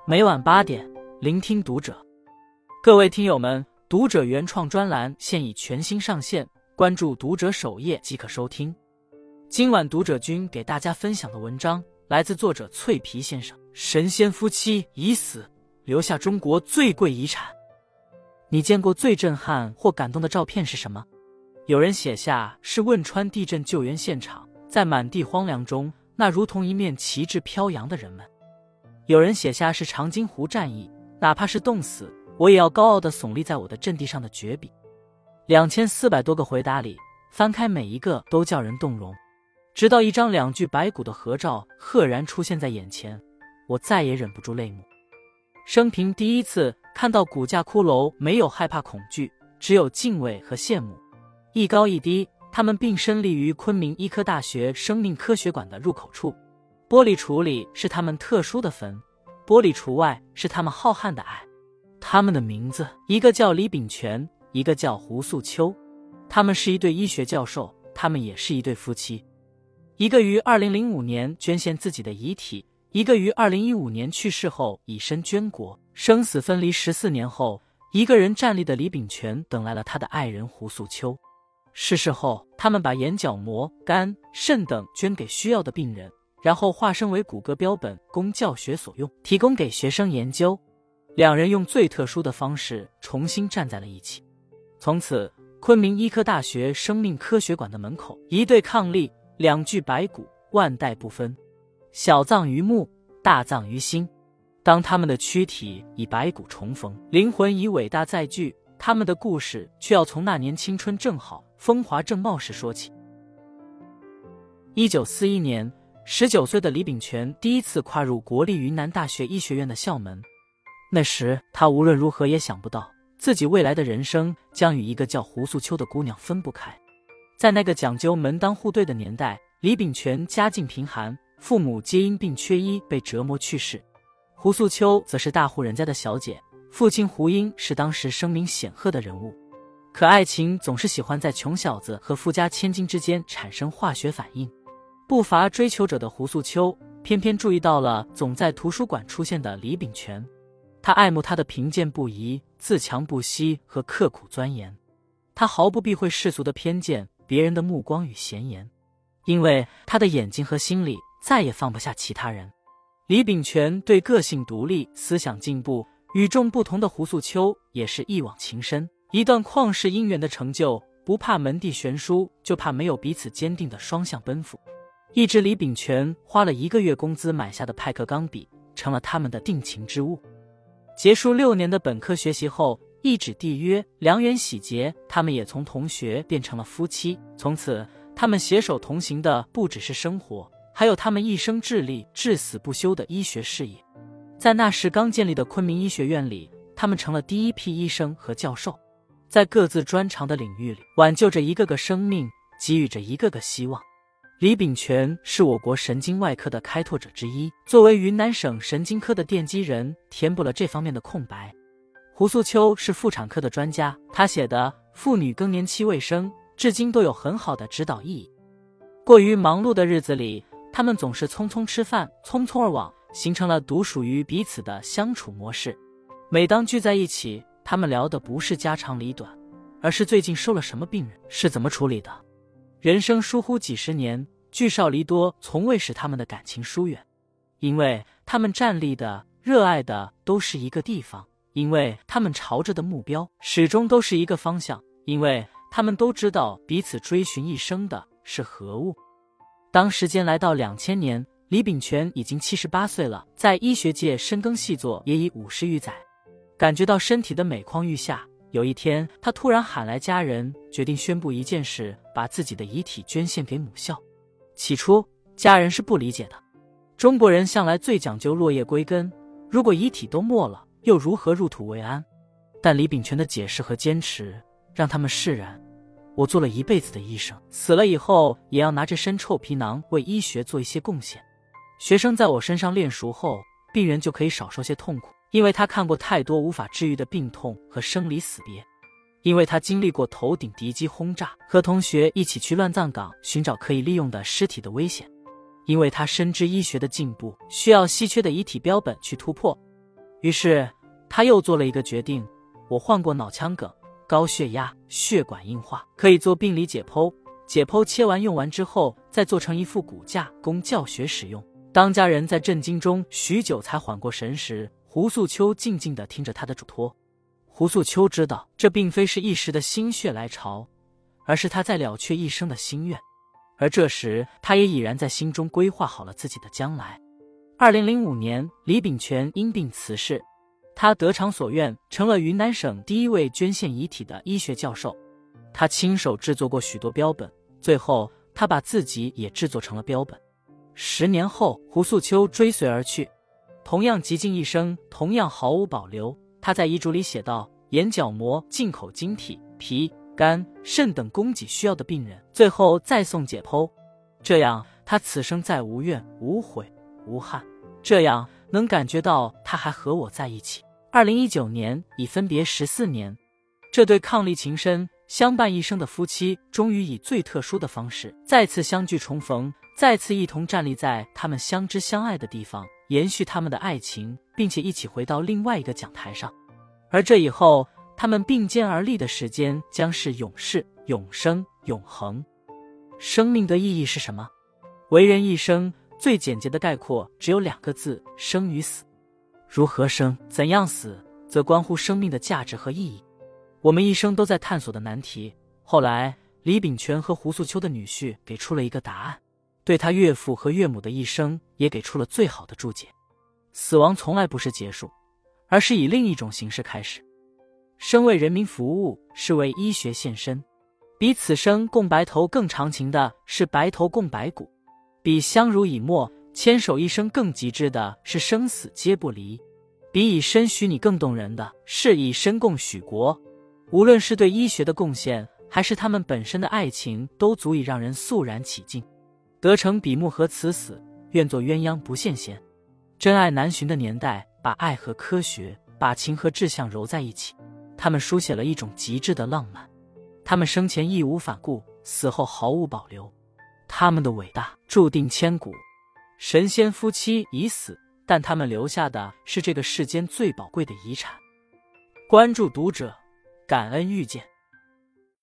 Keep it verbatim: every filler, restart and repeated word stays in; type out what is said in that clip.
每晚八点，聆听读者。各位听友们，读者原创专栏现已全新上线，关注读者首页即可收听。今晚读者君给大家分享的文章来自作者脆皮先生。神仙夫妻已死，留下中国最贵遗产。你见过最震撼或感动的照片是什么？有人写下是汶川地震救援现场，在满地荒凉中，那如同一面旗帜飘扬的人们。有人写下是长津湖战役，哪怕是冻死，我也要高傲地耸立在我的阵地上的绝笔。两千四百多个回答里，翻开每一个都叫人动容。直到一张两具白骨的合照赫然出现在眼前，我再也忍不住泪目。生平第一次看到骨架骷髅，没有害怕恐惧，只有敬畏和羡慕。一高一低，他们并身立于昆明医科大学生命科学馆的入口处。玻璃橱里是他们特殊的坟，玻璃橱外是他们浩瀚的爱。他们的名字，一个叫李炳全，一个叫胡素秋。他们是一对医学教授，他们也是一对夫妻。一个于二零零五年捐献自己的遗体，一个于二零一五年去世后以身捐国。生死分离十四年后，一个人站立的李炳全等来了他的爱人胡素秋。逝世后，他们把眼角膜、肝、肾等捐给需要的病人，然后化身为骨骼标本供教学所用，提供给学生研究。两人用最特殊的方式重新站在了一起。从此，昆明医科大学生命科学馆的门口，一对伉俪，两具白骨，万代不分。小葬于墓，大葬于心。当他们的躯体以白骨重逢，灵魂以伟大再聚，他们的故事却要从那年青春正好、风华正茂时说起。一九四一年，十九岁的李炳全第一次跨入国立云南大学医学院的校门。那时他无论如何也想不到，自己未来的人生将与一个叫胡素秋的姑娘分不开。在那个讲究门当户对的年代，李炳全家境贫寒，父母皆因病缺医被折磨去世。胡素秋则是大户人家的小姐，父亲胡英是当时声名显赫的人物。可爱情总是喜欢在穷小子和富家千金之间产生化学反应。不乏追求者的胡素秋偏偏注意到了总在图书馆出现的李炳全。他爱慕他的贫贱不移、自强不息和刻苦钻研。他毫不避讳世俗的偏见、别人的目光与闲言，因为他的眼睛和心里再也放不下其他人。李炳全对个性独立、思想进步与众不同的胡素秋也是一往情深。一段旷世姻缘的成就，不怕门第悬殊，就怕没有彼此坚定的双向奔赴。一支李炳全花了一个月工资买下的派克钢笔，成了他们的定情之物。结束六年的本科学习后，一纸缔约，良缘喜结，他们也从同学变成了夫妻。从此，他们携手同行的不只是生活，还有他们一生致力、至死不休的医学事业。在那时刚建立的昆明医学院里，他们成了第一批医生和教授，在各自专长的领域里，挽救着一个个生命，给予着一个个希望。李炳全是我国神经外科的开拓者之一，作为云南省神经科的奠基人，填补了这方面的空白。胡素秋是妇产科的专家，他写的《妇女更年期卫生》至今都有很好的指导意义。过于忙碌的日子里，他们总是匆匆吃饭，匆匆而往，形成了独属于彼此的相处模式。每当聚在一起，他们聊的不是家长里短，而是最近收了什么病人，是怎么处理的。人生疏忽几十年，聚少离多从未使他们的感情疏远，因为他们站立的、热爱的都是一个地方，因为他们朝着的目标始终都是一个方向，因为他们都知道彼此追寻一生的是何物。当时间来到两千年，李炳全已经七十八岁了，在医学界深耕细作也已五十余载。感觉到身体的每况愈下，有一天他突然喊来家人，决定宣布一件事，把自己的遗体捐献给母校。起初家人是不理解的，中国人向来最讲究落叶归根，如果遗体都没了，又如何入土为安？但李炳全的解释和坚持让他们释然。我做了一辈子的医生，死了以后也要拿这身臭皮囊为医学做一些贡献。学生在我身上练熟后，病人就可以少受些痛苦，因为他看过太多无法治愈的病痛和生离死别，因为他经历过头顶敌机轰炸，和同学一起去乱葬岗寻找可以利用的尸体的危险，因为他深知医学的进步需要稀缺的遗体标本去突破。 于是他又做了一个决定，我患过脑腔梗、高血压、血管硬化，可以做病理解剖，解剖切完用完之后再做成一副骨架供教学使用。当家人在震惊中许久才缓过神时，胡素秋静静地听着他的嘱托。胡素秋知道这并非是一时的心血来潮，而是他在了却一生的心愿。而这时他也已然在心中规划好了自己的将来。二零零五年，李秉权因病辞世，他得偿所愿，成了云南省第一位捐献遗体的医学教授。他亲手制作过许多标本，最后他把自己也制作成了标本。十年后，胡素秋追随而去，同样极尽一生，同样毫无保留。他在遗嘱里写道：眼角膜、进口晶体、脾、肝、肾等供给需要的病人，最后再送解剖。这样他此生再无怨无悔无憾，这样能感觉到他还和我在一起。二零一九年，已分别十四年，这对伉俪情深、相伴一生的夫妻，终于以最特殊的方式再次相聚重逢，再次一同站立在他们相知相爱的地方，延续他们的爱情，并且一起回到另外一个讲台上。而这以后，他们并肩而立的时间将是永世、永生、永恒。生命的意义是什么？为人一生最简洁的概括只有两个字：生与死。如何生，怎样死，则关乎生命的价值和意义。我们一生都在探索的难题，后来李秉权和胡素秋的女婿给出了一个答案，对他岳父和岳母的一生也给出了最好的注解。死亡从来不是结束，而是以另一种形式开始。生为人民服务，是为医学献身。比此生共白头更长情的是白头共白骨，比相濡以沫牵手一生更极致的是生死皆不离，比以身许你更动人的是以身共许国。无论是对医学的贡献，还是他们本身的爱情，都足以让人肃然起敬。得成笔墨和此死，愿做鸳鸯不羡仙。真爱难寻的年代，把爱和科学，把情和志向揉在一起，他们书写了一种极致的浪漫。他们生前义无反顾，死后毫无保留。他们的伟大注定千古。神仙夫妻已死，但他们留下的是这个世间最宝贵的遗产。关注读者，感恩遇见。